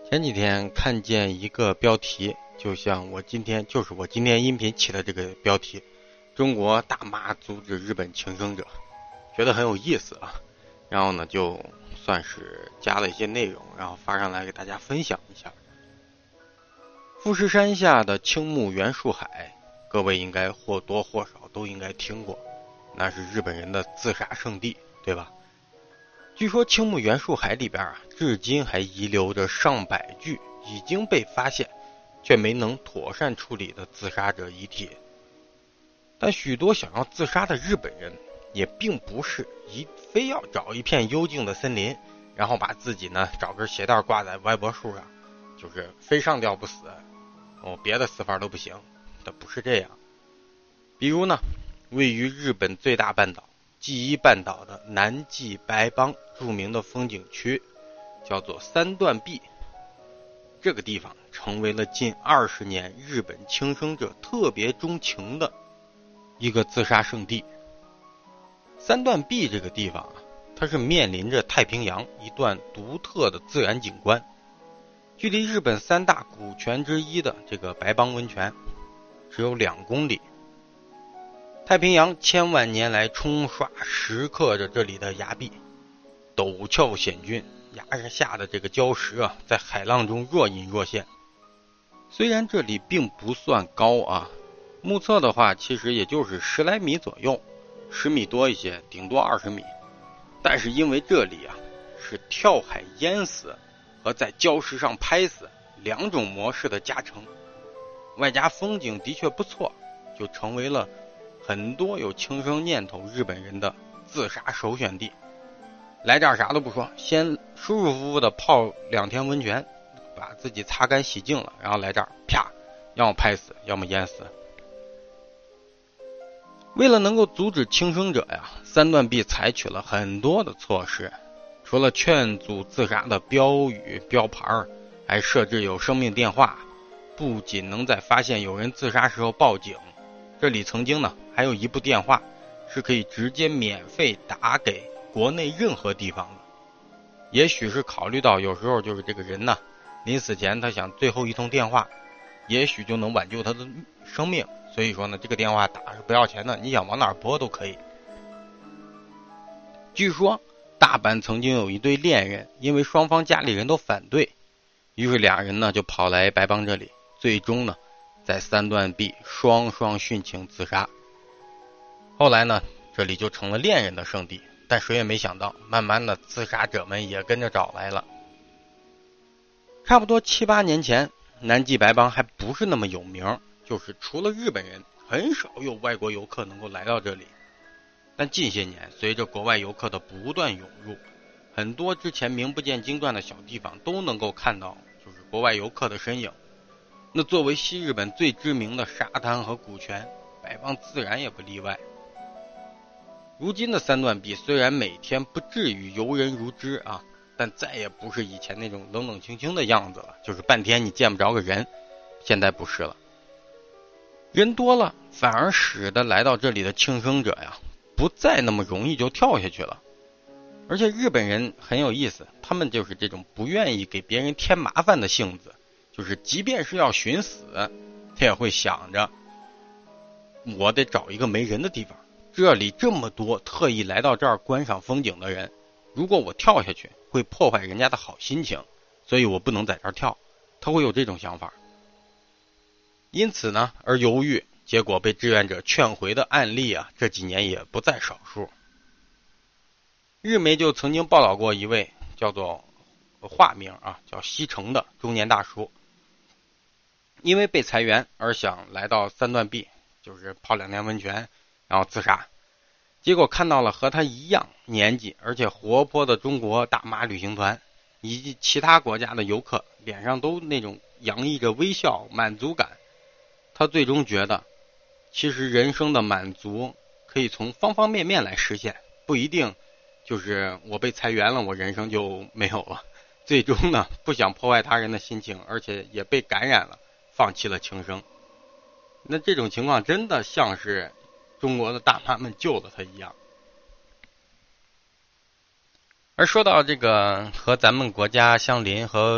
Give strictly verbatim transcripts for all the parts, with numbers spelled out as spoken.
前几天看见一个标题，就像我今天就是我今天音频起的这个标题，中国大妈阻止日本轻生者，觉得很有意思啊。然后呢，就算是加了一些内容，然后发上来给大家分享一下。富士山下的青木原树海，各位应该或多或少都应该听过，那是日本人的自杀圣地，对吧？据说青木原树海里边啊，至今还遗留着上百具已经被发现却没能妥善处理的自杀者遗体。但许多想要自杀的日本人也并不是一非要找一片幽静的森林，然后把自己呢找根鞋带挂在歪脖树上，就是非上吊不死，哦，别的死法都不行，它不是这样。比如呢，位于日本最大半岛纪伊半岛的南纪白浜著名的风景区叫做三段壁，这个地方成为了近二十年日本轻生者特别钟情的一个自杀圣地。三段壁这个地方啊，它是面临着太平洋一段独特的自然景观，距离日本三大古泉之一的这个白浜温泉只有两公里。太平洋千万年来冲刷蚀刻着这里的崖壁，陡峭险峻，崖下的这个礁石啊，在海浪中若隐若现。虽然这里并不算高啊，目测的话其实也就是十来米左右，十米多一些，顶多二十米。但是因为这里啊是跳海淹死和在礁石上拍死两种模式的加成，外加风景的确不错，就成为了很多有轻生念头日本人的自杀首选地。来这儿啥都不说，先舒舒服服的泡两天温泉，把自己擦干洗净了，然后来这儿啪，要么拍死，要么淹死。为了能够阻止轻生者呀，三段壁采取了很多的措施，除了劝阻自杀的标语标牌，还设置有生命电话，不仅能在发现有人自杀时候报警，这里曾经呢还有一部电话是可以直接免费打给国内任何地方的。也许是考虑到有时候就是这个人呢临死前他想最后一通电话，也许就能挽救他的生命，所以说呢这个电话打是不要钱的，你想往哪儿拨都可以。据说大阪曾经有一对恋人，因为双方家里人都反对，于是俩人呢就跑来白浜这里，最终呢在三段壁双双殉情自杀。后来呢这里就成了恋人的圣地，但谁也没想到慢慢的自杀者们也跟着找来了。差不多七八年前，南纪白浜还不是那么有名，就是除了日本人很少有外国游客能够来到这里。但近些年随着国外游客的不断涌入，很多之前名不见经传的小地方都能够看到就是国外游客的身影。那作为西日本最知名的沙滩和古泉，白浜自然也不例外。如今的三段壁虽然每天不至于游人如织啊，但再也不是以前那种冷冷清清的样子了，就是半天你见不着个人，现在不是了。人多了，反而使得来到这里的轻生者呀，不再那么容易就跳下去了。而且日本人很有意思，他们就是这种不愿意给别人添麻烦的性子，就是即便是要寻死，他也会想着我得找一个没人的地方，这里这么多特意来到这儿观赏风景的人，如果我跳下去会破坏人家的好心情，所以我不能在这儿跳，他会有这种想法。因此呢而犹豫，结果被志愿者劝回的案例啊，这几年也不在少数。日媒就曾经报道过一位叫做化名啊叫西城的中年大叔，因为被裁员而想来到三段壁，就是泡两天温泉然后自杀，结果看到了和他一样年纪而且活泼的中国大妈旅行团以及其他国家的游客，脸上都那种洋溢着微笑满足感。他最终觉得其实人生的满足可以从方方面面来实现，不一定就是我被裁员了我人生就没有了。最终呢不想破坏他人的心情，而且也被感染了，放弃了轻生。那这种情况真的像是中国的大妈们救了他一样。而说到这个和咱们国家相邻和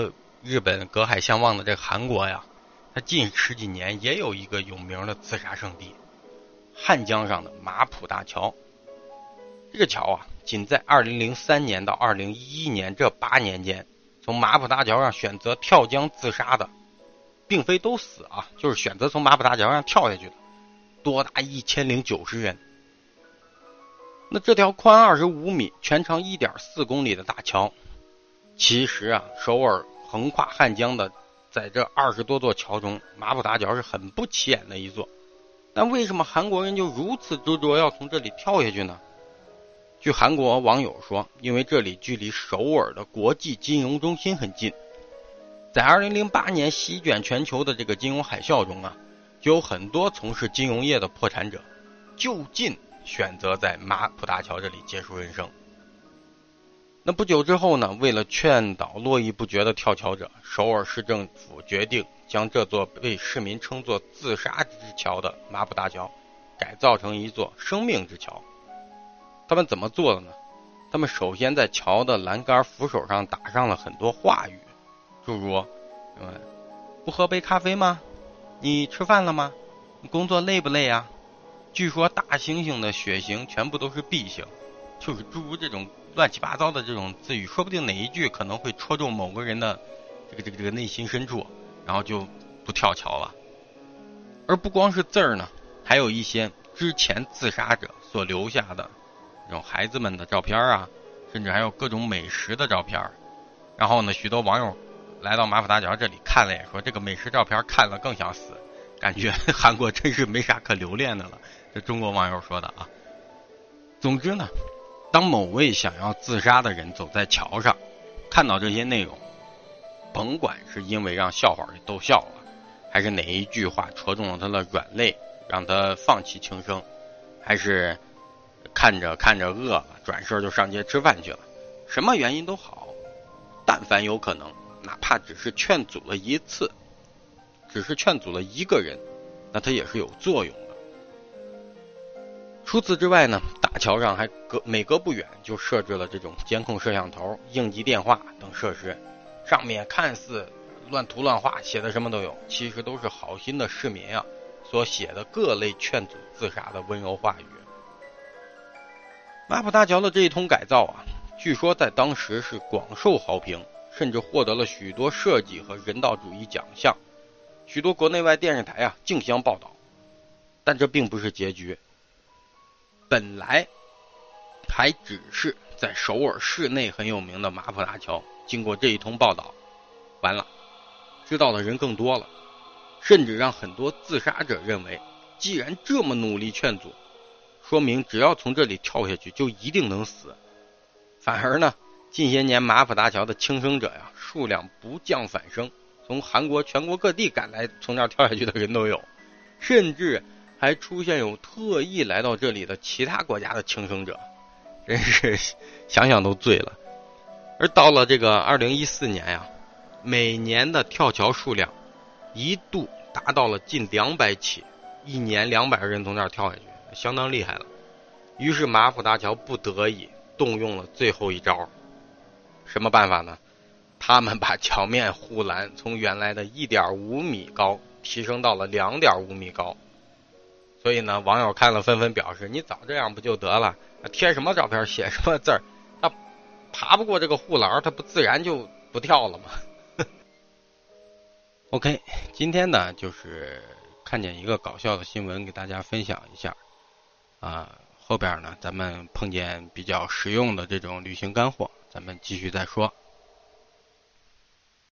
日本隔海相望的这个韩国呀，它近十几年也有一个有名的自杀圣地——汉江上的马浦大桥。这个桥啊，仅在二零零三年到二零一一年这八年间，从马浦大桥上选择跳江自杀的，并非都死啊，就是选择从马浦大桥上跳下去的，多达一千零九十人。那这条宽二十五米、全长一点四公里的大桥，其实啊，首尔横跨汉江的，在这二十多座桥中，马浦大桥是很不起眼的一座。但为什么韩国人就如此执着要从这里跳下去呢？据韩国网友说，因为这里距离首尔的国际金融中心很近。在二零零八年席卷全球的这个金融海啸中啊，就有很多从事金融业的破产者就近选择在马浦大桥这里结束人生。那不久之后呢，为了劝导络绎不绝的跳桥者，首尔市政府决定将这座被市民称作自杀之桥的马浦大桥改造成一座生命之桥。他们怎么做的呢？他们首先在桥的栏杆扶手上打上了很多话语，诸如嗯，不喝杯咖啡吗？你吃饭了吗？你工作累不累啊？据说大猩猩的血型全部都是 B 型，就是诸如这种乱七八糟的这种字语，说不定哪一句可能会戳中某个人的这个这个这个内心深处，然后就不跳桥了。而不光是字儿呢，还有一些之前自杀者所留下的这种孩子们的照片啊，甚至还有各种美食的照片。然后呢，许多网友来到马浦大桥这里看了，也说这个美食照片看了更想死，感觉韩国真是没啥可留恋的了。这中国网友说的啊。总之呢，当某位想要自杀的人走在桥上，看到这些内容，甭管是因为让笑话给逗笑了，还是哪一句话戳中了他的软肋，让他放弃轻生，还是看着看着饿了，转身就上街吃饭去了，什么原因都好，但凡有可能，哪怕只是劝阻了一次，只是劝阻了一个人，那它也是有作用的。除此之外呢，大桥上还隔每隔不远就设置了这种监控摄像头、应急电话等设施，上面看似乱涂乱画，写的什么都有，其实都是好心的市民啊所写的各类劝阻自杀的温柔话语。马浦大桥的这一通改造啊，据说在当时是广受好评，甚至获得了许多设计和人道主义奖项，许多国内外电视台啊竞相报道。但这并不是结局，本来还只是在首尔市内很有名的马浦大桥，经过这一通报道，完了，知道的人更多了，甚至让很多自杀者认为，既然这么努力劝阻，说明只要从这里跳下去就一定能死。反而呢，近些年马浦大桥的轻生者呀，数量不降反升，从韩国全国各地赶来从那儿跳下去的人都有，甚至还出现有特意来到这里的其他国家的轻生者，真是想想都醉了。而到了这个二零一四年呀，每年的跳桥数量一度达到了近两百起，一年两百个人从那儿跳下去，相当厉害了。于是马浦大桥不得已动用了最后一招，什么办法呢？他们把桥面护栏从原来的 一点五米高提升到了 两点五米高。所以呢，网友看了纷纷表示，你早这样不就得了，贴什么照片写什么字儿，他爬不过这个护栏，他不自然就不跳了吗？OK， 今天呢就是看见一个搞笑的新闻给大家分享一下啊，后边呢咱们碰见比较实用的这种旅行干货，咱们继续再说。